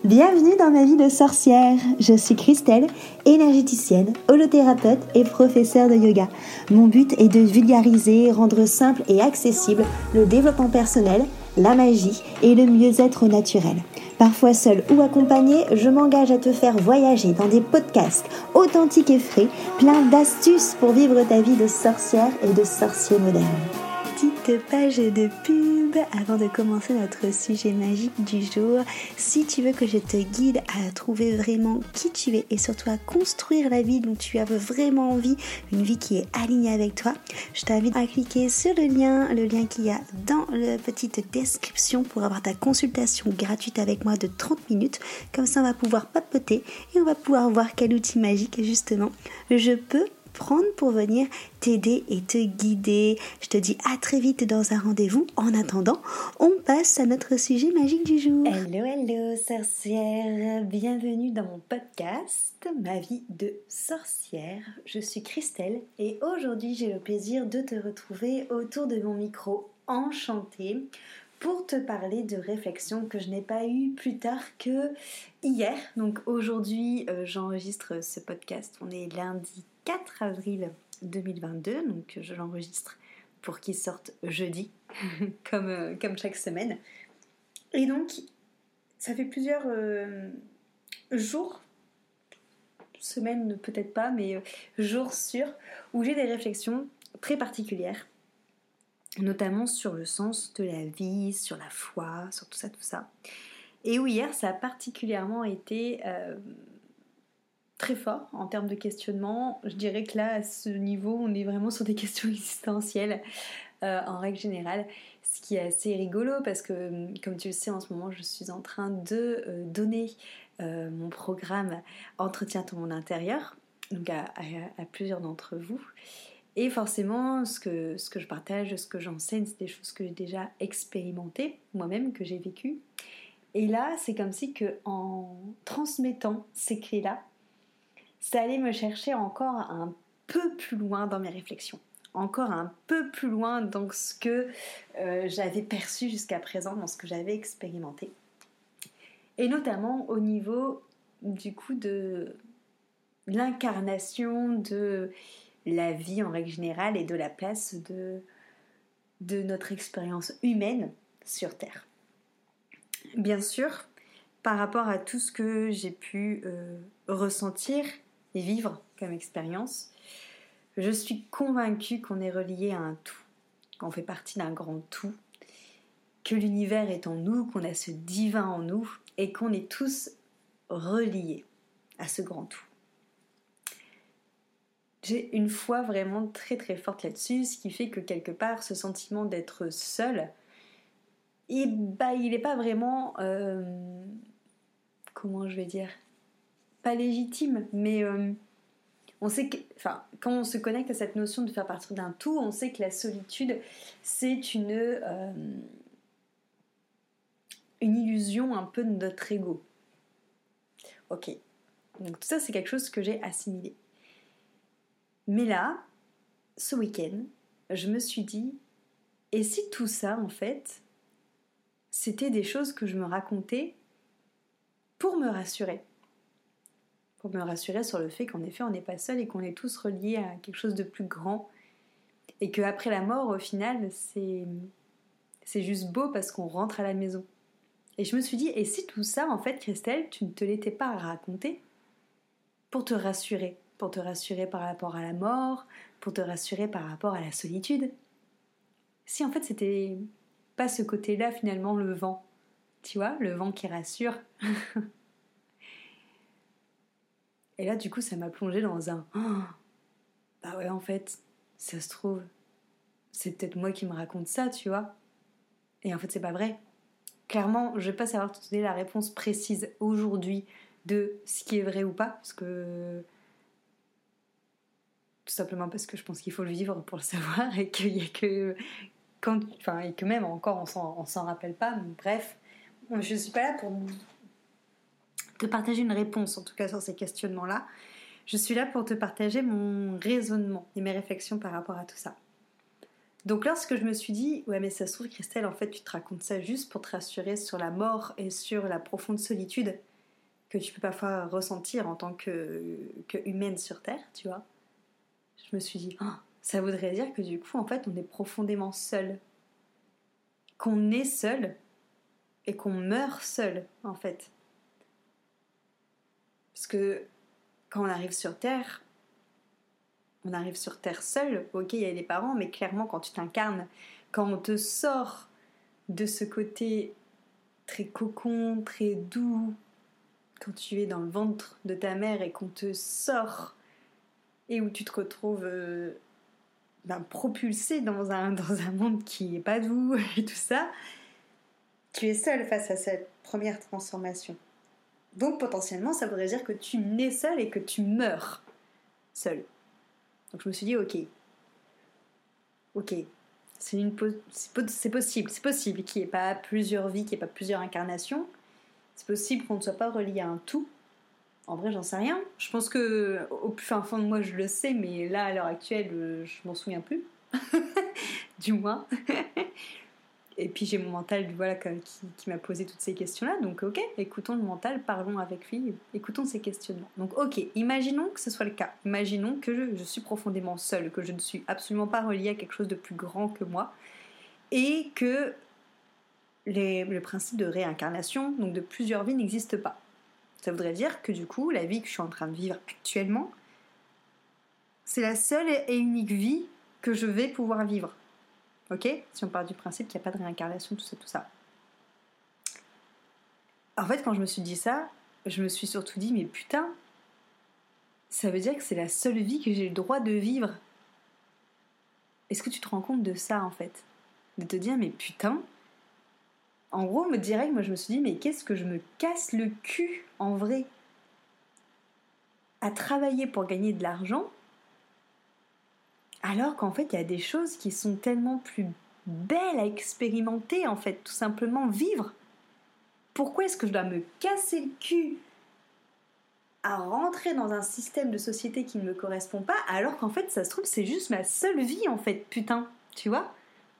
Bienvenue dans ma vie de sorcière. Je suis Christelle, énergéticienne, holothérapeute et professeure de yoga. Mon but est de vulgariser, rendre simple et accessible le développement personnel, la magie et le mieux-être naturel. Parfois seule ou accompagnée, je m'engage à te faire voyager dans des podcasts authentiques et frais, plein d'astuces pour vivre ta vie de sorcière et de sorcier moderne. Petite page de pub avant de commencer notre sujet magique du jour. Si tu veux que je te guide à trouver vraiment qui tu es et surtout à construire la vie dont tu as vraiment envie, une vie qui est alignée avec toi, je t'invite à cliquer sur le lien qu'il y a dans la petite description pour avoir ta consultation gratuite avec moi de 30 minutes. Comme ça, on va pouvoir papoter et on va pouvoir voir quel outil magique justement je peux prendre pour venir t'aider et te guider. Je te dis à très vite dans un rendez-vous. En attendant, on passe à notre sujet magique du jour. Hello sorcière, bienvenue dans mon podcast Ma vie de sorcière. Je suis Christelle et aujourd'hui j'ai le plaisir de te retrouver autour de mon micro enchantée pour te parler de réflexions que je n'ai pas eues plus tard que hier. Donc aujourd'hui j'enregistre ce podcast, on est lundi 4 avril 2022, donc je l'enregistre pour qu'il sorte jeudi, comme chaque semaine. Et donc, ça fait plusieurs jours, semaines peut-être pas, mais jours sûrs, où j'ai des réflexions très particulières, notamment sur le sens de la vie, sur la foi, sur tout ça. Et où hier, ça a particulièrement été très fort en termes de questionnement. Je dirais que là, à ce niveau, on est vraiment sur des questions existentielles en règle générale, ce qui est assez rigolo parce que, comme tu le sais, en ce moment, je suis en train de donner mon programme Entretien ton intérieur, donc à plusieurs d'entre vous. Et forcément, ce que je partage, ce que j'enseigne, c'est des choses que j'ai déjà expérimentées moi-même, que j'ai vécues. Et là, c'est comme si en transmettant ces clés-là, ça allait me chercher encore un peu plus loin dans mes réflexions, encore un peu plus loin dans ce que j'avais perçu jusqu'à présent, dans ce que j'avais expérimenté. Et notamment au niveau du coup de l'incarnation de la vie en règle générale et de la place de notre expérience humaine sur Terre. Bien sûr, par rapport à tout ce que j'ai pu ressentir et vivre comme expérience, je suis convaincue qu'on est relié à un tout, qu'on fait partie d'un grand tout, que l'univers est en nous, qu'on a ce divin en nous et qu'on est tous reliés à ce grand tout. J'ai une foi vraiment très très forte là-dessus, ce qui fait que quelque part ce sentiment d'être seul, il n'est pas vraiment, comment je vais dire, pas légitime, mais on sait que, quand on se connecte à cette notion de faire partie d'un tout, on sait que la solitude, c'est une illusion un peu de notre ego. Ok, donc tout ça, c'est quelque chose que j'ai assimilé. Mais là, ce week-end, je me suis dit, et si tout ça, en fait, c'était des choses que je me racontais pour me rassurer sur le fait qu'en effet on n'est pas seul et qu'on est tous reliés à quelque chose de plus grand et qu'après la mort au final c'est juste beau parce qu'on rentre à la maison. Et je me suis dit, et si tout ça en fait Christelle, tu ne te l'étais pas raconté pour te rassurer par rapport à la mort, pour te rassurer par rapport à la solitude, si en fait c'était pas ce côté-là finalement, le vent, tu vois, le vent qui rassure. Et là, du coup, ça m'a plongée dans un bah ouais, en fait, ça se trouve, c'est peut-être moi qui me raconte ça, tu vois. Et en fait, c'est pas vrai. Clairement, je vais pas savoir te donner la réponse précise aujourd'hui de ce qui est vrai ou pas, parce que tout simplement parce que je pense qu'il faut le vivre pour le savoir et qu'il y a que et que même encore on s'en rappelle pas. Mais bref, je suis pas là pour te partager une réponse, en tout cas sur ces questionnements-là. Je suis là pour te partager mon raisonnement et mes réflexions par rapport à tout ça. Donc lorsque je me suis dit, ouais mais ça se trouve Christelle, en fait tu te racontes ça juste pour te rassurer sur la mort et sur la profonde solitude, que tu peux parfois ressentir en tant que humaine sur Terre, tu vois. Je me suis dit, ça voudrait dire que du coup, en fait, on est profondément seul. Qu'on est seul et qu'on meurt seul, en fait. Parce que quand on arrive sur Terre seul. Ok, il y a les parents, mais clairement, quand tu t'incarnes, quand on te sort de ce côté très cocon, très doux, quand tu es dans le ventre de ta mère et qu'on te sort et où tu te retrouves propulsé dans un monde qui est pas doux et tout ça, tu es seul face à cette première transformation. Donc potentiellement, ça voudrait dire que tu nais seul et que tu meurs seul. Donc je me suis dit, ok, c'est possible qu'il n'y ait pas plusieurs vies, qu'il n'y ait pas plusieurs incarnations. C'est possible qu'on ne soit pas relié à un tout. En vrai, j'en sais rien. Je pense que au plus fin fond de moi, je le sais, mais là, à l'heure actuelle, je m'en souviens plus. Du moins. Et puis j'ai mon mental qui m'a posé toutes ces questions-là. Donc ok, écoutons le mental, parlons avec lui, écoutons ces questionnements. Donc ok, imaginons que ce soit le cas. Imaginons que je suis profondément seule, que je ne suis absolument pas reliée à quelque chose de plus grand que moi. Et que le principe de réincarnation, donc de plusieurs vies, n'existe pas. Ça voudrait dire que du coup, la vie que je suis en train de vivre actuellement, c'est la seule et unique vie que je vais pouvoir vivre. Ok ? Si on part du principe qu'il n'y a pas de réincarnation, tout ça. En fait, quand je me suis dit ça, je me suis surtout dit, mais putain, ça veut dire que c'est la seule vie que j'ai le droit de vivre. Est-ce que tu te rends compte de ça, en fait ? De te dire, mais putain, en gros, direct, moi je me suis dit, mais qu'est-ce que je me casse le cul, en vrai, à travailler pour gagner de l'argent, alors qu'en fait, il y a des choses qui sont tellement plus belles à expérimenter, en fait, tout simplement vivre. Pourquoi est-ce que je dois me casser le cul à rentrer dans un système de société qui ne me correspond pas, alors qu'en fait, ça se trouve, c'est juste ma seule vie, en fait, putain, tu vois ?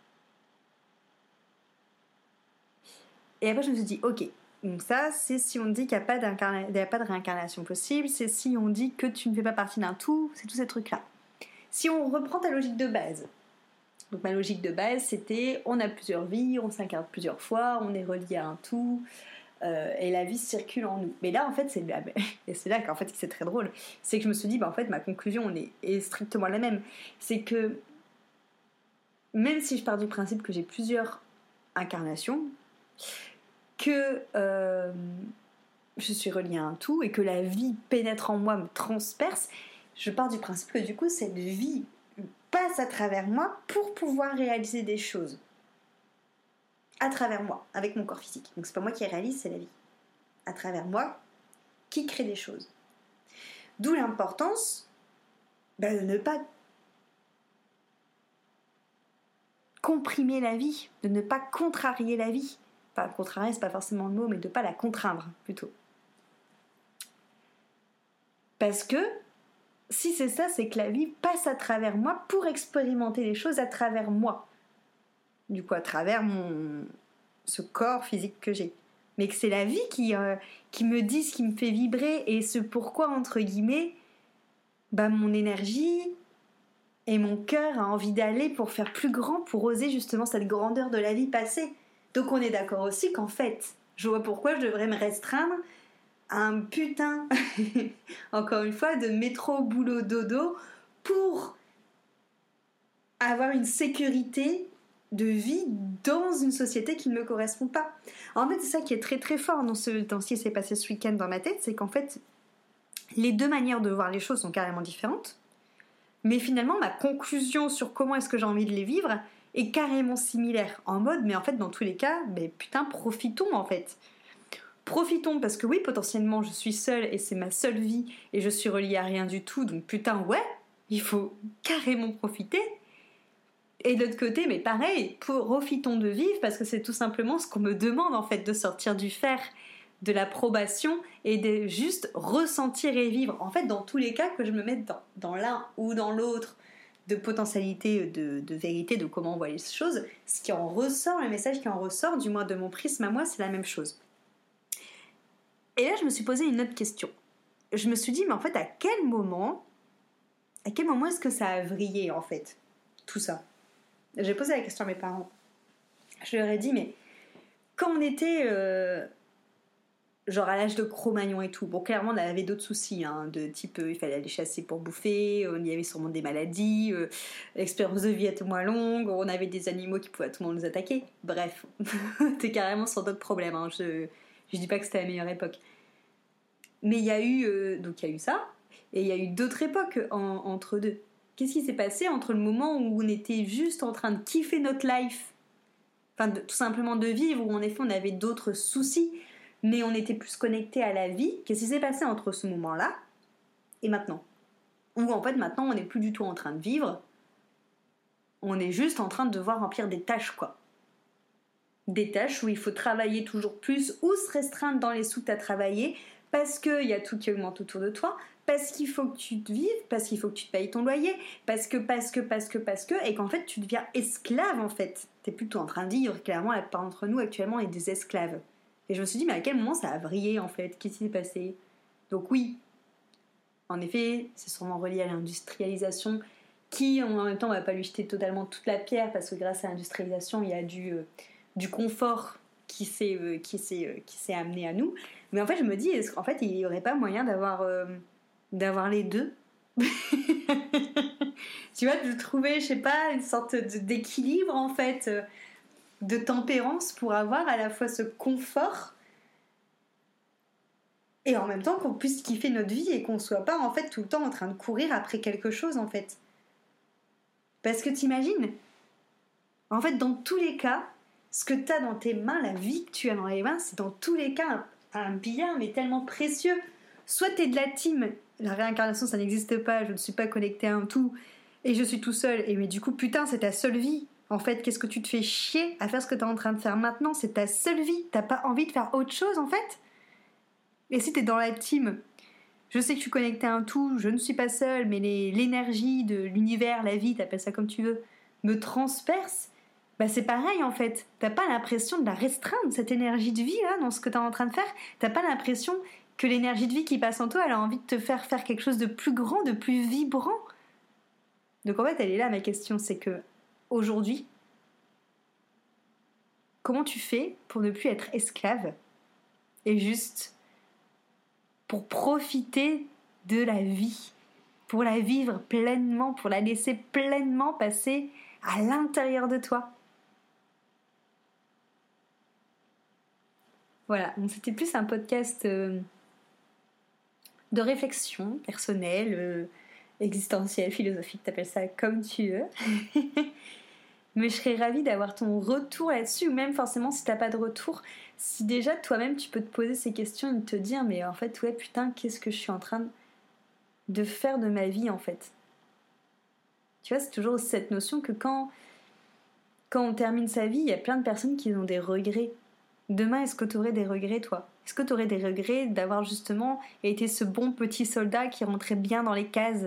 Et après, je me suis dit, ok, donc ça, c'est si on dit qu'il n'y a pas de réincarnation possible, c'est si on dit que tu ne fais pas partie d'un tout, c'est tous ces trucs-là. Si on reprend ta logique de base, donc ma logique de base, c'était on a plusieurs vies, on s'incarne plusieurs fois, on est relié à un tout, et la vie circule en nous. Mais là, en fait, et c'est là qu'en fait c'est très drôle, c'est que je me suis dit, en fait, ma conclusion est strictement la même. C'est que même si je pars du principe que j'ai plusieurs incarnations, que je suis reliée à un tout et que la vie pénètre en moi, me transperce, je pars du principe que du coup cette vie passe à travers moi pour pouvoir réaliser des choses. À travers moi, avec mon corps physique. Donc c'est pas moi qui réalise, c'est la vie. À travers moi, qui crée des choses. D'où l'importance de ne pas comprimer la vie, de ne pas contrarier la vie. Enfin, contrarier, c'est pas forcément le mot, mais de ne pas la contraindre, plutôt. Parce que si c'est ça, c'est que la vie passe à travers moi pour expérimenter les choses à travers moi. Du coup, à travers ce corps physique que j'ai. Mais que c'est la vie qui me dit ce qui me fait vibrer et ce pourquoi, entre guillemets, mon énergie et mon cœur a envie d'aller pour faire plus grand, pour oser justement cette grandeur de la vie passée. Donc on est d'accord aussi qu'en fait, je vois pourquoi je devrais me restreindre à un putain, encore une fois, de métro, boulot, dodo pour avoir une sécurité de vie dans une société qui ne me correspond pas. En fait, c'est ça qui est très très fort dans ce qui s'est passé ce week-end dans ma tête, c'est qu'en fait, les deux manières de voir les choses sont carrément différentes, mais finalement, ma conclusion sur comment est-ce que j'ai envie de les vivre est carrément similaire. En mode, mais en fait, dans tous les cas, putain, profitons en fait. Profitons, parce que oui, potentiellement, je suis seule et c'est ma seule vie et je suis reliée à rien du tout, donc putain, ouais, il faut carrément profiter. Et de l'autre côté, mais pareil, profitons de vivre, parce que c'est tout simplement ce qu'on me demande en fait, de sortir du faire, de l'approbation et de juste ressentir et vivre. En fait, dans tous les cas, que je me mette dans l'un ou dans l'autre de potentialité, de vérité, de comment on voit les choses, ce qui en ressort, le message qui en ressort, du moins de mon prisme à moi, c'est la même chose. Et là, je me suis posé une autre question. Je me suis dit, mais en fait, à quel moment est-ce que ça a vrillé, en fait, tout ça? J'ai posé la question à mes parents. Je leur ai dit, mais quand on était genre à l'âge de Cro-Magnon et tout, bon, clairement on avait d'autres soucis, hein, de type il fallait aller chasser pour bouffer, il y avait sûrement des maladies, l'expérience de vie était moins longue, on avait des animaux qui pouvaient à tout moment nous attaquer, bref, t'es carrément sur d'autres problèmes, hein. Je dis pas que c'était la meilleure époque, mais il y a eu donc il y a eu ça, et il y a eu d'autres époques entre deux. Qu'est-ce qui s'est passé entre le moment où on était juste en train de kiffer notre life, enfin tout simplement de vivre, où en effet on avait d'autres soucis, mais on était plus connecté à la vie? Qu'est-ce qui s'est passé entre ce moment-là et maintenant? Où en fait maintenant on n'est plus du tout en train de vivre, on est juste en train de devoir remplir des tâches, quoi. Des tâches où il faut travailler toujours plus ou se restreindre dans les sous que tu as travaillé parce qu'il y a tout qui augmente autour de toi, parce qu'il faut que tu te vives, parce qu'il faut que tu te payes ton loyer, parce que, et qu'en fait tu deviens esclave en fait. T'es plutôt en train de dire, clairement la plupart d'entre nous actuellement est des esclaves. Et je me suis dit, mais à quel moment ça a vrillé en fait? Qu'est-ce qui s'est passé? Donc oui, en effet, c'est sûrement relié à l'industrialisation qui, en même temps, on va pas lui jeter totalement toute la pierre parce que grâce à l'industrialisation, il y a du confort qui s'est amené à nous. Mais en fait, je me dis, est-ce qu'en fait, il n'y aurait pas moyen d'avoir les deux? Tu vois, de trouver, je sais pas, une sorte d'équilibre en fait, de tempérance pour avoir à la fois ce confort et en même temps qu'on puisse kiffer notre vie et qu'on soit pas en fait tout le temps en train de courir après quelque chose en fait. Parce que t'imagines, en fait dans tous les cas, ce que t'as dans tes mains, la vie que tu as dans les mains, c'est dans tous les cas un bien mais tellement précieux. Soit t'es de la team, la réincarnation ça n'existe pas, je ne suis pas connectée à un tout et je suis tout seul, et mais du coup putain c'est ta seule vie. En fait, qu'est-ce que tu te fais chier à faire ce que t'es en train de faire maintenant? C'est ta seule vie, t'as pas envie de faire autre chose en fait? Et si t'es dans la team, je sais que je suis connectée à un tout, je ne suis pas seule, mais l'énergie de l'univers, la vie, t'appelles ça comme tu veux, me transperce, bah c'est pareil en fait. T'as pas l'impression de la restreindre, cette énergie de vie là, dans ce que t'es en train de faire. T'as pas l'impression que l'énergie de vie qui passe en toi, elle a envie de te faire quelque chose de plus grand, de plus vibrant. Donc en fait, elle est là ma question, c'est que aujourd'hui, comment tu fais pour ne plus être esclave et juste pour profiter de la vie, pour la vivre pleinement, pour la laisser pleinement passer à l'intérieur de toi? Voilà, donc c'était plus un podcast de réflexion personnelle, existentielle, philosophique, t'appelles ça comme tu veux. Mais je serais ravie d'avoir ton retour là-dessus, ou même forcément si t'as pas de retour, si déjà toi-même tu peux te poser ces questions et te dire, mais en fait ouais putain, qu'est-ce que je suis en train de faire de ma vie en fait? Tu vois, c'est toujours cette notion que quand on termine sa vie, il y a plein de personnes qui ont des regrets. Demain, est-ce que tu aurais des regrets, toi? Est-ce que tu aurais des regrets d'avoir justement été ce bon petit soldat qui rentrait bien dans les cases?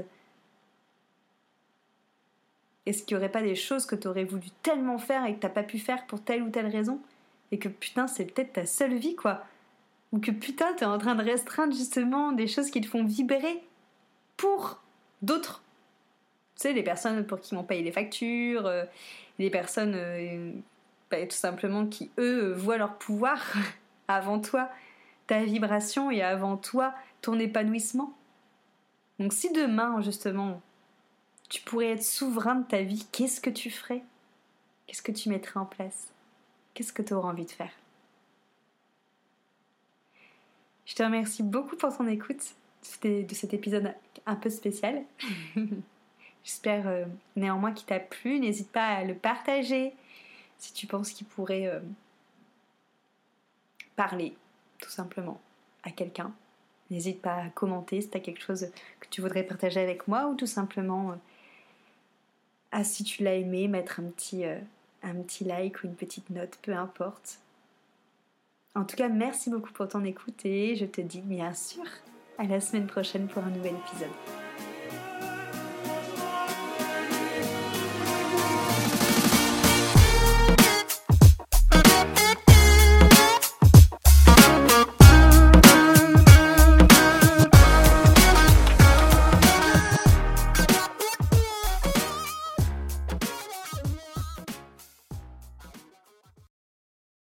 Est-ce qu'il n'y aurait pas des choses que tu aurais voulu tellement faire et que tu n'as pas pu faire pour telle ou telle raison? Et que putain, c'est peut-être ta seule vie, quoi. Ou que putain, tu es en train de restreindre justement des choses qui te font vibrer pour d'autres. Tu sais, les personnes pour qui m'ont payé les factures, les personnes tout simplement qui, eux, voient leur pouvoir avant toi, ta vibration et avant toi, ton épanouissement. Donc si demain, justement, tu pourrais être souverain de ta vie, qu'est-ce que tu ferais? Qu'est-ce que tu mettrais en place? Qu'est-ce que tu aurais envie de faire? Je te remercie beaucoup pour ton écoute de cet épisode un peu spécial. J'espère néanmoins qu'il t'a plu. N'hésite pas à le partager si tu penses qu'il pourrait parler tout simplement à quelqu'un. N'hésite pas à commenter si tu as quelque chose que tu voudrais partager avec moi, ou tout simplement si tu l'as aimé, mettre un petit like ou une petite note, peu importe. En tout cas, merci beaucoup pour ton écoute et je te dis bien sûr à la semaine prochaine pour un nouvel épisode.